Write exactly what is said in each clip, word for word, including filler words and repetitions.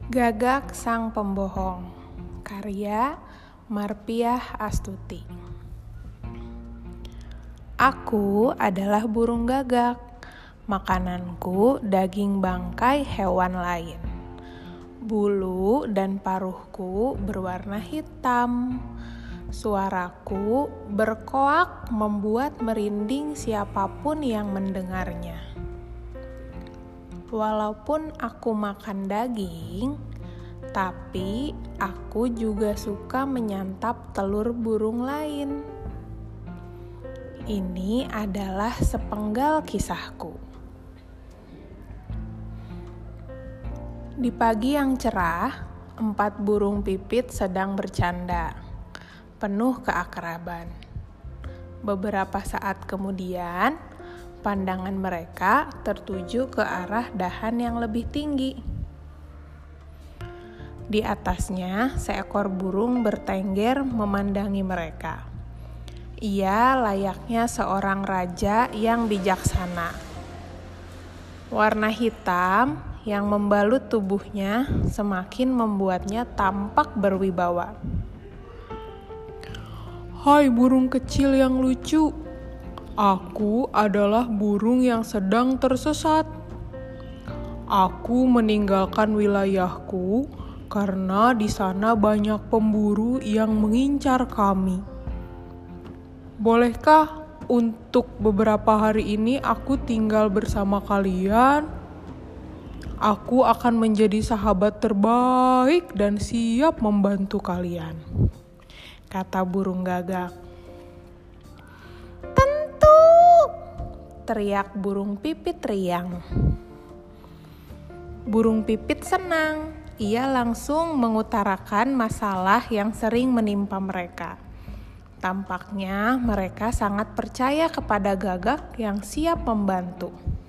Gagak Sang Pembohong, karya Marpiah Astuti. Aku adalah burung gagak, makananku daging bangkai hewan lain. Bulu dan paruhku berwarna hitam. Suaraku berkoak membuat merinding siapapun yang mendengarnya. Walaupun aku makan daging, tapi aku juga suka menyantap telur burung lain. Ini adalah sepenggal kisahku. Di pagi yang cerah, empat burung pipit sedang bercanda, penuh keakraban. Beberapa saat kemudian, pandangan mereka tertuju ke arah dahan yang lebih tinggi. Di atasnya, seekor burung bertengger memandangi mereka. Ia layaknya seorang raja yang bijaksana. Warna hitam yang membalut tubuhnya semakin membuatnya tampak berwibawa. Hai burung kecil yang lucu, aku adalah burung yang sedang tersesat. Aku meninggalkan wilayahku karena di sana banyak pemburu yang mengincar kami. Bolehkah untuk beberapa hari ini aku tinggal bersama kalian? Aku akan menjadi sahabat terbaik dan siap membantu kalian, kata burung gagak. Tentu, teriak burung pipit riang. Burung pipit senang. Ia langsung mengutarakan masalah yang sering menimpa mereka. Tampaknya mereka sangat percaya kepada gagak yang siap membantu.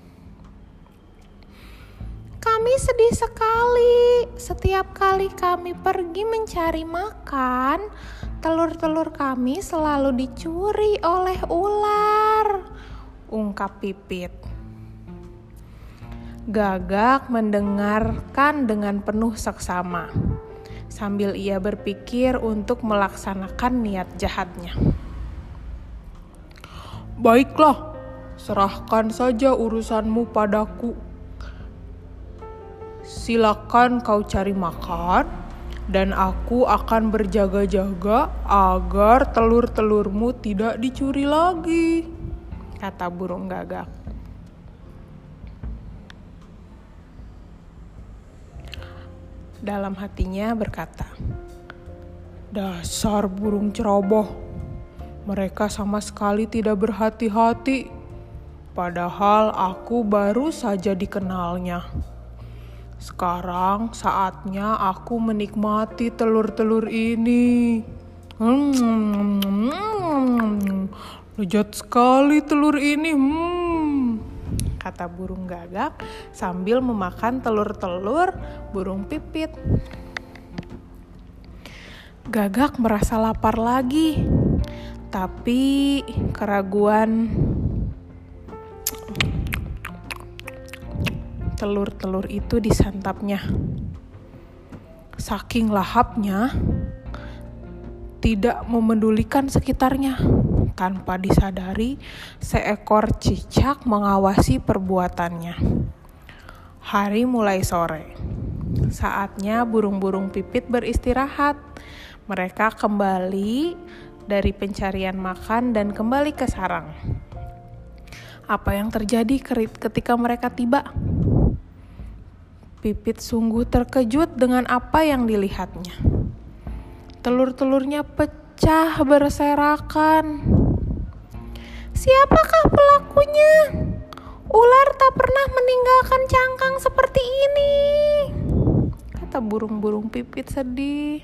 Kami sedih sekali. Setiap kali kami pergi mencari makan, telur-telur kami selalu dicuri oleh ular, ungkap pipit. Gagak mendengarkan dengan penuh seksama, sambil ia berpikir untuk melaksanakan niat jahatnya. Baiklah, serahkan saja urusanmu padaku. Silakan kau cari makan, dan aku akan berjaga-jaga agar telur-telurmu tidak dicuri lagi, kata burung gagak. Dalam hatinya berkata, dasar burung ceroboh, mereka sama sekali tidak berhati-hati, padahal aku baru saja dikenalnya. Sekarang saatnya aku menikmati telur-telur ini. Hmm, lezat sekali telur ini. Hmm, kata burung gagak sambil memakan telur-telur burung pipit. Gagak merasa lapar lagi, tapi keraguan telur-telur itu disantapnya. Saking lahapnya, tidak memedulikan sekitarnya. Tanpa disadari, seekor cicak mengawasi perbuatannya. Hari mulai sore. Saatnya burung-burung pipit beristirahat. Mereka kembali dari pencarian makan dan kembali ke sarang. Apa yang terjadi ketika mereka tiba? Pipit sungguh terkejut dengan apa yang dilihatnya. Telur-telurnya pecah berserakan. Siapakah pelakunya? Ular tak pernah meninggalkan cangkang seperti ini, kata burung-burung pipit sedih.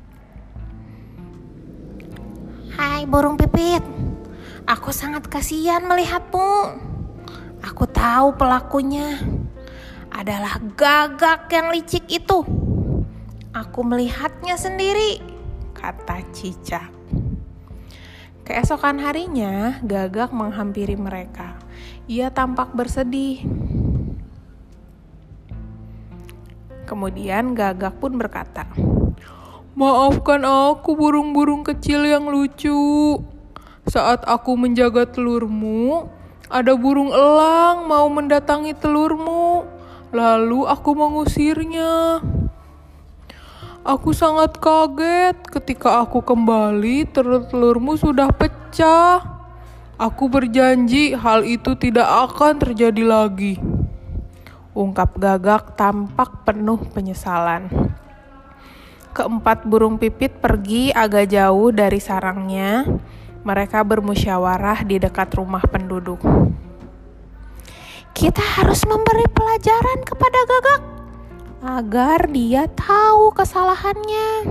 Hai burung pipit, aku sangat kasihan melihatmu. Aku tahu pelakunya adalah gagak yang licik itu. Aku melihatnya sendiri, kata cicak. Keesokan harinya, gagak menghampiri mereka. Ia tampak bersedih. Kemudian Gagak pun berkata, "Maafkan aku burung-burung kecil yang lucu. Saat aku menjaga telurmu, ada burung elang mau mendatangi telurmu. Lalu aku mengusirnya. Aku sangat kaget ketika aku kembali, telur-telurmu sudah pecah. Aku berjanji hal itu tidak akan terjadi lagi," ungkap Gagak tampak penuh penyesalan. Keempat burung pipit pergi agak jauh dari sarangnya. Mereka bermusyawarah di dekat rumah penduduk. "Kita harus memberi pelajaran kepada Gagak agar dia tahu kesalahannya.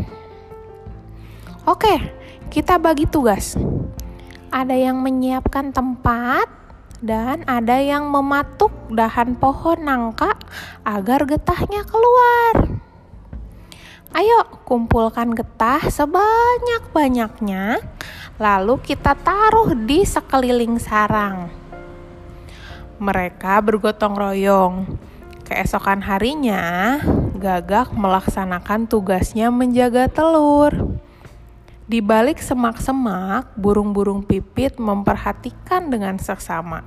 Oke, kita bagi tugas. Ada yang menyiapkan tempat dan ada yang mematuk dahan pohon nangka agar getahnya keluar. Ayo, kumpulkan getah sebanyak-banyaknya, lalu kita taruh di sekeliling sarang." Mereka bergotong royong. Keesokan harinya, Gagak melaksanakan tugasnya menjaga telur. Di balik semak-semak, burung-burung pipit memperhatikan dengan seksama.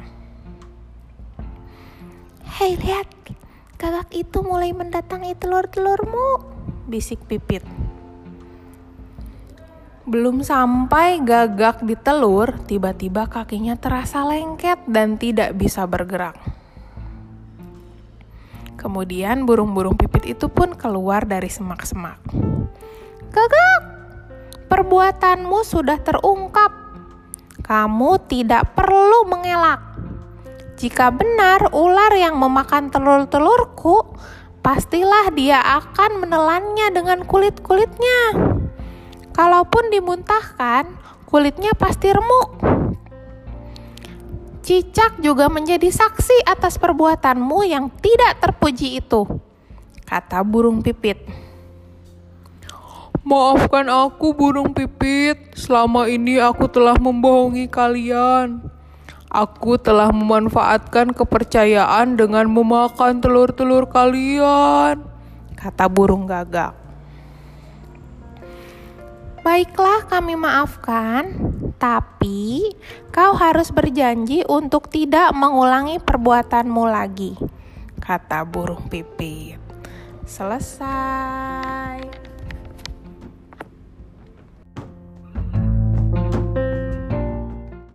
"Hei, lihat, Gagak itu mulai mendatangi telur-telurmu," bisik Pipit. Belum sampai Gagak di telur, tiba-tiba kakinya terasa lengket dan tidak bisa bergerak. Kemudian burung-burung pipit itu pun keluar dari semak-semak. "Gagak, perbuatanmu sudah terungkap. Kamu tidak perlu mengelak. Jika benar ular yang memakan telur-telurku, pastilah dia akan menelannya dengan kulit-kulitnya. Kalaupun dimuntahkan, kulitnya pasti remuk. Cicak juga menjadi saksi atas perbuatanmu yang tidak terpuji itu," kata burung pipit. "Maafkan aku burung pipit, selama ini aku telah membohongi kalian. Aku telah memanfaatkan kepercayaan dengan memakan telur-telur kalian," kata burung Gagak. "Baiklah, kami maafkan, tapi kau harus berjanji untuk tidak mengulangi perbuatanmu lagi," kata burung pipit. Selesai.